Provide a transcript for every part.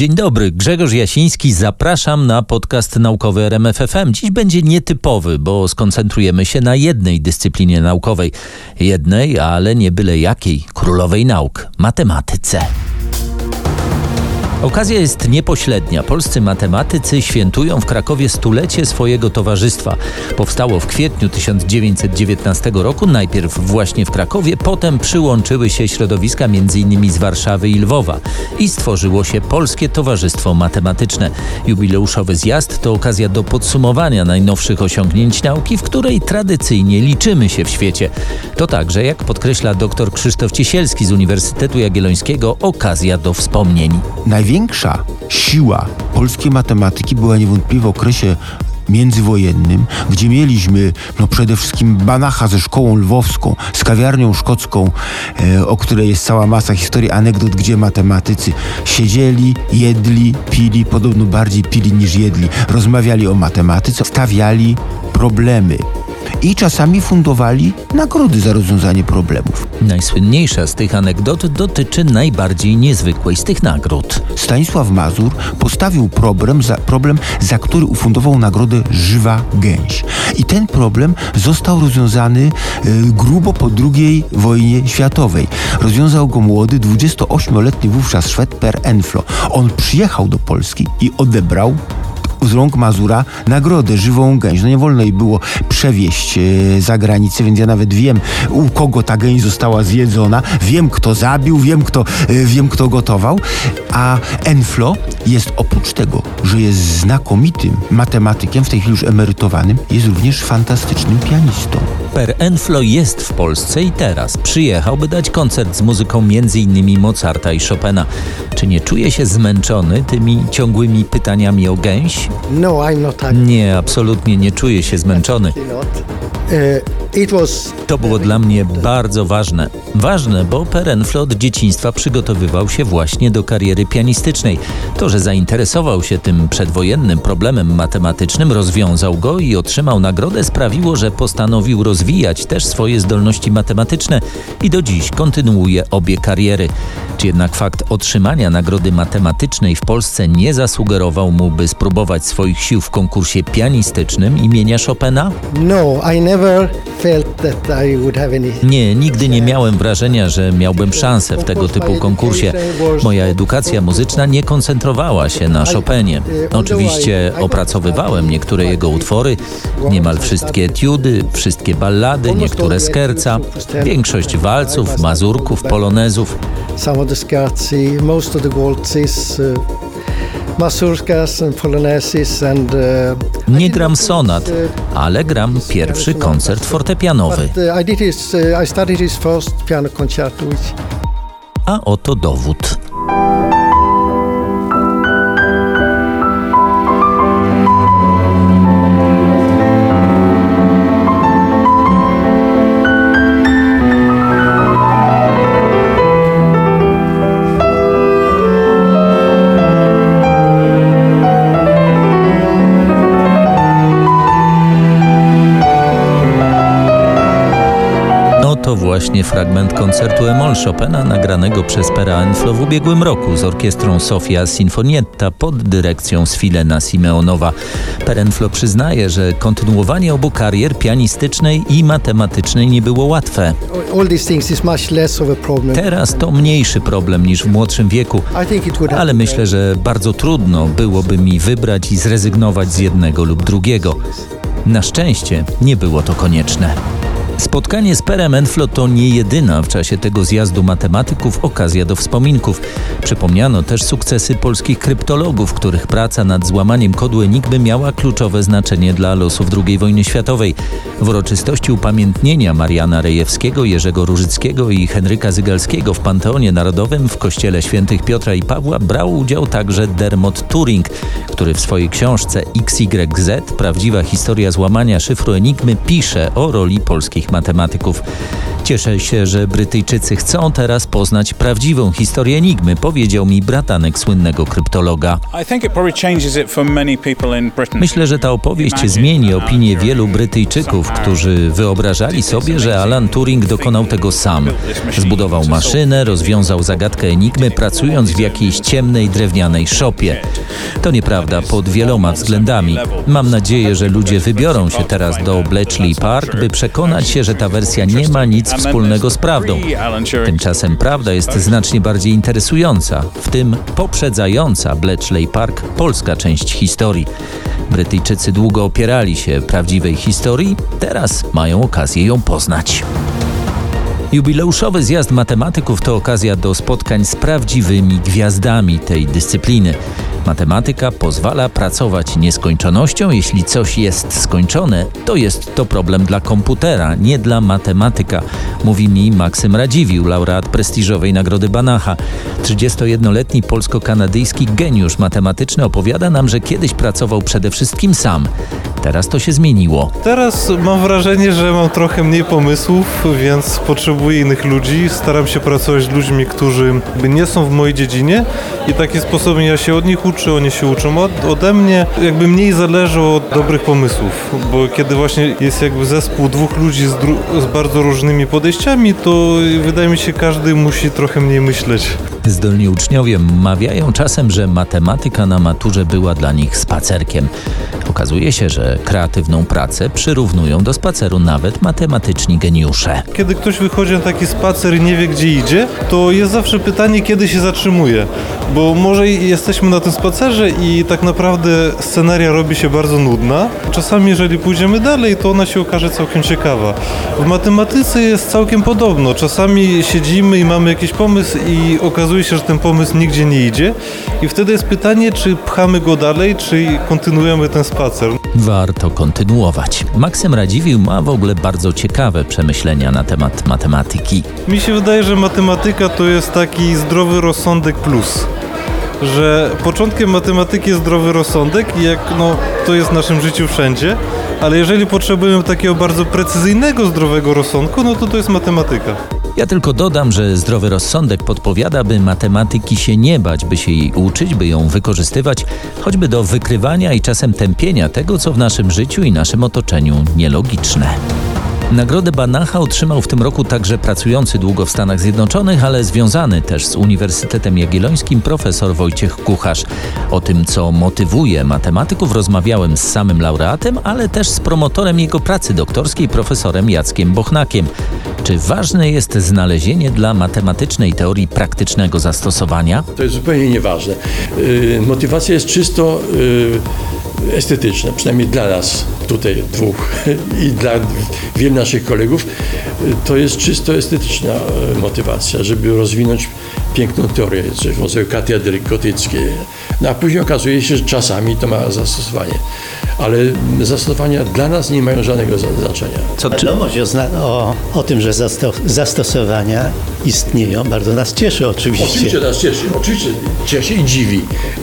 Dzień dobry, Grzegorz Jasiński, zapraszam na podcast naukowy RMF FM. Dziś będzie nietypowy, bo skoncentrujemy się na jednej dyscyplinie naukowej. Jednej, ale nie byle jakiej, królowej nauk, matematyce. Okazja jest niepośrednia. Polscy matematycy świętują w Krakowie stulecie swojego towarzystwa. Powstało w kwietniu 1919 roku, najpierw właśnie w Krakowie, potem przyłączyły się środowiska m.in. z Warszawy i Lwowa i stworzyło się Polskie Towarzystwo Matematyczne. Jubileuszowy zjazd to okazja do podsumowania najnowszych osiągnięć nauki, w której tradycyjnie liczymy się w świecie. To także, jak podkreśla dr Krzysztof Ciesielski z Uniwersytetu Jagiellońskiego, okazja do wspomnień. Największa siła polskiej matematyki była niewątpliwie w okresie międzywojennym, gdzie mieliśmy przede wszystkim Banacha ze szkołą lwowską, z kawiarnią szkocką, o której jest cała masa historii, anegdot, gdzie matematycy siedzieli, jedli, pili, podobno bardziej pili niż jedli, rozmawiali o matematyce, stawiali problemy i czasami fundowali nagrody za rozwiązanie problemów. Najsłynniejsza z tych anegdot dotyczy najbardziej niezwykłej z tych nagród. Stanisław Mazur postawił problem, za który ufundował nagrodę Żywa Gęś. I ten problem został rozwiązany grubo po II wojnie światowej. Rozwiązał go młody, 28-letni wówczas Szwed Per Enflo. On przyjechał do Polski i odebrał z rąk Mazura nagrodę Żywą Gęś. Nie wolno jej było przewieźć za granicę, więc ja nawet wiem, u kogo ta gęś została zjedzona, wiem, kto zabił, wiem, kto gotował, a Enflo jest oprócz tego, że jest znakomitym matematykiem, w tej chwili już emerytowanym, jest również fantastycznym pianistą. Per Enflo jest w Polsce i teraz przyjechał, by dać koncert z muzyką m.in. Mozarta i Chopina. Czy nie czuje się zmęczony tymi ciągłymi pytaniami o gęś? No, I'm not. Nie, absolutnie nie czuję się zmęczony. To było dla mnie bardzo ważne. Ważne, bo Per Enflo od dzieciństwa przygotowywał się właśnie do kariery pianistycznej. To, że zainteresował się tym przedwojennym problemem matematycznym, rozwiązał go i otrzymał nagrodę, sprawiło, że postanowił rozwijać też swoje zdolności matematyczne i do dziś kontynuuje obie kariery. Czy jednak fakt otrzymania nagrody matematycznej w Polsce nie zasugerował mu, by spróbować swoich sił w konkursie pianistycznym imienia Chopina? No, I never felt that I would have any. Nie, nigdy nie miałem wrażenia, że miałbym szansę w tego typu konkursie. Moja edukacja muzyczna nie koncentrowała się na Chopinie. Oczywiście opracowywałem niektóre jego utwory, niemal wszystkie etiudy, wszystkie ballady, niektóre scherza, większość walców, mazurków, polonezów. Some of the scherzi, most of the waltzes, mazurkas and poloneses and nie gram sonat, ale gram pierwszy koncert fortepianowy. I studied his first piano concerto. A oto dowód. To właśnie fragment koncertu E-moll Chopina nagranego przez Pera Enflo w ubiegłym roku z orkiestrą Sofia Sinfonietta pod dyrekcją Sfilena Simeonowa. Per Enflo przyznaje, że kontynuowanie obu karier pianistycznej i matematycznej nie było łatwe. Teraz to mniejszy problem niż w młodszym wieku, ale myślę, że bardzo trudno byłoby mi wybrać i zrezygnować z jednego lub drugiego. Na szczęście nie było to konieczne. Spotkanie z Perem Enflo to nie jedyna w czasie tego zjazdu matematyków okazja do wspominków. Przypomniano też sukcesy polskich kryptologów, których praca nad złamaniem kodu Enigmy miała kluczowe znaczenie dla losów II wojny światowej. W uroczystości upamiętnienia Mariana Rejewskiego, Jerzego Różyckiego i Henryka Zygalskiego w Panteonie Narodowym w kościele świętych Piotra i Pawła brał udział także Dermot Turing, który w swojej książce XYZ – Prawdziwa historia złamania szyfru Enigmy pisze o roli polskich matematyków. Cieszę się, że Brytyjczycy chcą teraz poznać prawdziwą historię Enigmy, powiedział mi bratanek słynnego kryptologa. Myślę, że ta opowieść zmieni opinię wielu Brytyjczyków, którzy wyobrażali sobie, że Alan Turing dokonał tego sam. Zbudował maszynę, rozwiązał zagadkę Enigmy, pracując w jakiejś ciemnej, drewnianej szopie. To nieprawda pod wieloma względami. Mam nadzieję, że ludzie wybiorą się teraz do Bletchley Park, by przekonać się, że ta wersja nie ma nic wspólnego z prawdą. Tymczasem prawda jest znacznie bardziej interesująca, w tym poprzedzająca Bletchley Park polska część historii. Brytyjczycy długo opierali się prawdziwej historii, teraz mają okazję ją poznać. Jubileuszowy zjazd matematyków to okazja do spotkań z prawdziwymi gwiazdami tej dyscypliny. Matematyka pozwala pracować nieskończonością. Jeśli coś jest skończone, to jest to problem dla komputera, nie dla matematyka, mówi mi Maksym Radziwiłł, laureat prestiżowej Nagrody Banacha. 31-letni polsko-kanadyjski geniusz matematyczny opowiada nam, że kiedyś pracował przede wszystkim sam. Teraz to się zmieniło. Teraz mam wrażenie, że mam trochę mniej pomysłów, więc potrzebuję innych ludzi. Staram się pracować z ludźmi, którzy nie są w mojej dziedzinie i takim sposobem ja się od nich uczę, oni się uczą ode mnie. Jakby mniej zależy od dobrych pomysłów, bo kiedy właśnie jest jakby zespół dwóch ludzi z bardzo różnymi podejściami, to wydaje mi się, każdy musi trochę mniej myśleć. Zdolni uczniowie mawiają czasem, że matematyka na maturze była dla nich spacerkiem. Okazuje się, że kreatywną pracę przyrównują do spaceru nawet matematyczni geniusze. Kiedy ktoś wychodzi na taki spacer i nie wie, gdzie idzie, to jest zawsze pytanie, kiedy się zatrzymuje. Bo może jesteśmy na tym spacerze i tak naprawdę scenaria robi się bardzo nudna. Czasami, jeżeli pójdziemy dalej, to ona się okaże całkiem ciekawa. W matematyce jest całkiem podobno. Czasami siedzimy i mamy jakiś pomysł i okazuje się, że ten pomysł nigdzie nie idzie. I wtedy jest pytanie, czy pchamy go dalej, czy kontynuujemy ten spacer. Warto kontynuować. Maksym Radziwiłł ma w ogóle bardzo ciekawe przemyślenia na temat matematyki. Mi się wydaje, że matematyka to jest taki zdrowy rozsądek plus. Że początkiem matematyki jest zdrowy rozsądek i to jest w naszym życiu wszędzie, ale jeżeli potrzebujemy takiego bardzo precyzyjnego, zdrowego rozsądku, to jest matematyka. Ja tylko dodam, że zdrowy rozsądek podpowiada, by matematyki się nie bać, by się jej uczyć, by ją wykorzystywać, choćby do wykrywania i czasem tępienia tego, co w naszym życiu i naszym otoczeniu nielogiczne. Nagrodę Banacha otrzymał w tym roku także pracujący długo w Stanach Zjednoczonych, ale związany też z Uniwersytetem Jagiellońskim profesor Wojciech Kucharz. O tym, co motywuje matematyków, rozmawiałem z samym laureatem, ale też z promotorem jego pracy doktorskiej, profesorem Jackiem Bochnakiem. Czy ważne jest znalezienie dla matematycznej teorii praktycznego zastosowania? To jest zupełnie nieważne. Motywacja jest czysto estetyczna, przynajmniej dla nas tutaj dwóch i dla wielu naszych kolegów. To jest czysto estetyczna motywacja, żeby rozwinąć piękną teorię, coś w rodzaju katedry gotyckiej. A później okazuje się, że czasami to ma zastosowanie. Ale zastosowania dla nas nie mają żadnego znaczenia. Wiadomość o tym, że zastosowania istnieją, bardzo nas cieszy oczywiście. Oczywiście nas cieszy, oczywiście cieszy i dziwi.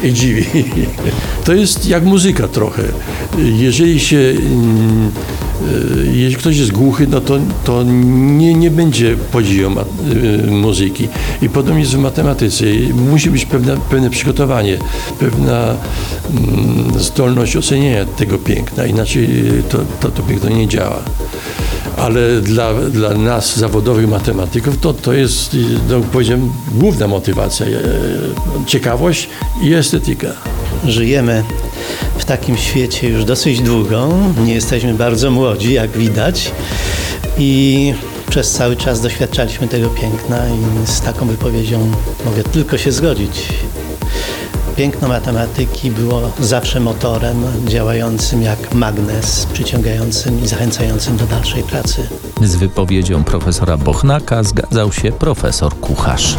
To jest jak muzyka trochę. Jeżeli ktoś jest głuchy, to nie będzie podziwiał muzyki. I podobnie jest w matematyce. Musi być pewne przygotowanie, pewna zdolność ocenienia tego piękna, inaczej to piękno nie działa. Ale dla nas, zawodowych matematyków, to jest, powiedziałem, główna motywacja. Ciekawość i estetyka. Żyjemy w takim świecie już dosyć długo. Nie jesteśmy bardzo młodzi, jak widać. I przez cały czas doświadczaliśmy tego piękna i z taką wypowiedzią mogę tylko się zgodzić. Piękno matematyki było zawsze motorem działającym jak magnes, przyciągającym i zachęcającym do dalszej pracy. Z wypowiedzią profesora Bochnaka zgadzał się profesor Kucharz.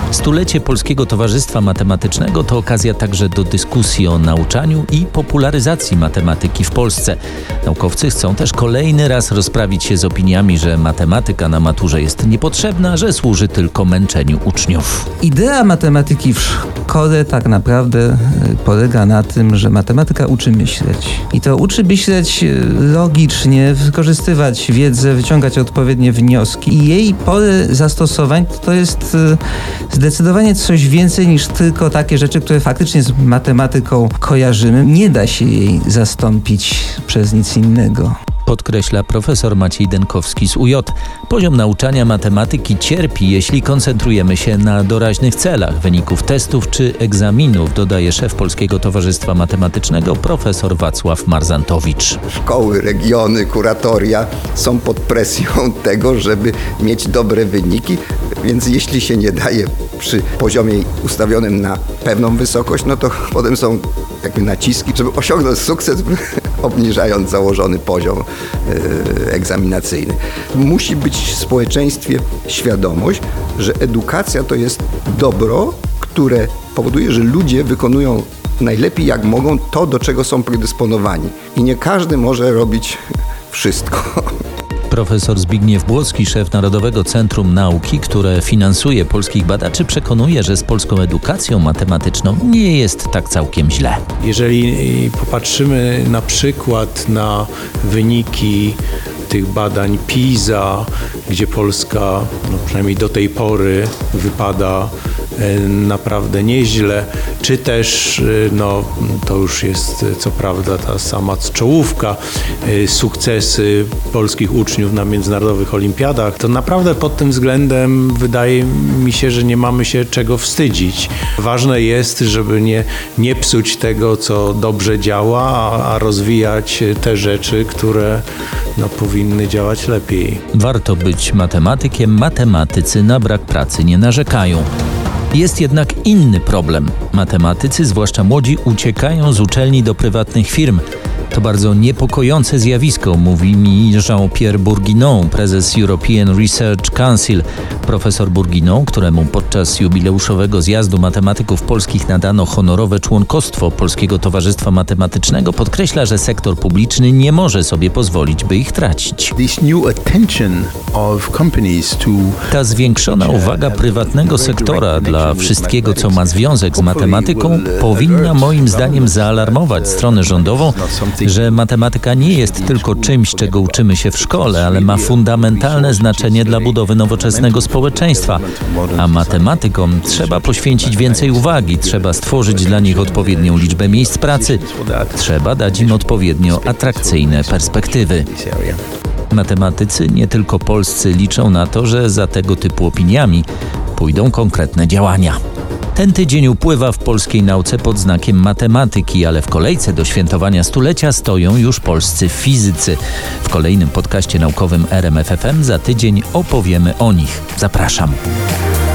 Stulecie Polskiego Towarzystwa Matematycznego to okazja także do dyskusji o nauczaniu i popularyzacji matematyki w Polsce. Naukowcy chcą też kolejny raz rozprawić się z opiniami, że matematyka na maturze jest niepotrzebna, że służy tylko męczeniu uczniów. Idea matematyki w szkole tak naprawdę polega na tym, że matematyka uczy myśleć. I to uczy myśleć logicznie, wykorzystywać wiedzę, wyciągać odpowiednie wnioski. I jej pole zastosowań to jest zdecydowanie coś więcej niż tylko takie rzeczy, które faktycznie z matematyką kojarzymy. Nie da się jej zastąpić przez nic innego. Podkreśla profesor Maciej Denkowski z UJ. Poziom nauczania matematyki cierpi, jeśli koncentrujemy się na doraźnych celach wyników testów czy egzaminów, dodaje szef Polskiego Towarzystwa Matematycznego profesor Wacław Marzantowicz. Szkoły, regiony, kuratoria są pod presją tego, żeby mieć dobre wyniki, więc jeśli się nie daje przy poziomie ustawionym na pewną wysokość, no to potem są jakby naciski, żeby osiągnąć sukces, obniżając założony poziom egzaminacyjny. Musi być w społeczeństwie świadomość, że edukacja to jest dobro, które powoduje, że ludzie wykonują najlepiej jak mogą to, do czego są predysponowani. I nie każdy może robić wszystko. Profesor Zbigniew Błocki, szef Narodowego Centrum Nauki, które finansuje polskich badaczy, przekonuje, że z polską edukacją matematyczną nie jest tak całkiem źle. Jeżeli popatrzymy na przykład na wyniki tych badań PISA, gdzie Polska przynajmniej do tej pory wypada naprawdę nieźle, czy też, to już jest co prawda ta sama czołówka, sukcesy polskich uczniów na międzynarodowych olimpiadach, to naprawdę pod tym względem wydaje mi się, że nie mamy się czego wstydzić. Ważne jest, żeby nie psuć tego, co dobrze działa, a rozwijać te rzeczy, które powinny działać lepiej. Warto być matematykiem, matematycy na brak pracy nie narzekają. Jest jednak inny problem. Matematycy, zwłaszcza młodzi, uciekają z uczelni do prywatnych firm. To bardzo niepokojące zjawisko, mówi mi Jean-Pierre Bourguignon, prezes European Research Council. Profesor Bourguignon, któremu podczas jubileuszowego zjazdu matematyków polskich nadano honorowe członkostwo Polskiego Towarzystwa Matematycznego, podkreśla, że sektor publiczny nie może sobie pozwolić, by ich tracić. Ta zwiększona uwaga prywatnego sektora dla wszystkiego, co ma związek z matematyką, powinna moim zdaniem zaalarmować stronę rządową, że matematyka nie jest tylko czymś, czego uczymy się w szkole, ale ma fundamentalne znaczenie dla budowy nowoczesnego społeczeństwa. A matematykom trzeba poświęcić więcej uwagi, trzeba stworzyć dla nich odpowiednią liczbę miejsc pracy, trzeba dać im odpowiednio atrakcyjne perspektywy. Matematycy, nie tylko polscy, liczą na to, że za tego typu opiniami pójdą konkretne działania. Ten tydzień upływa w polskiej nauce pod znakiem matematyki, ale w kolejce do świętowania stulecia stoją już polscy fizycy. W kolejnym podcaście naukowym RMF FM za tydzień opowiemy o nich. Zapraszam.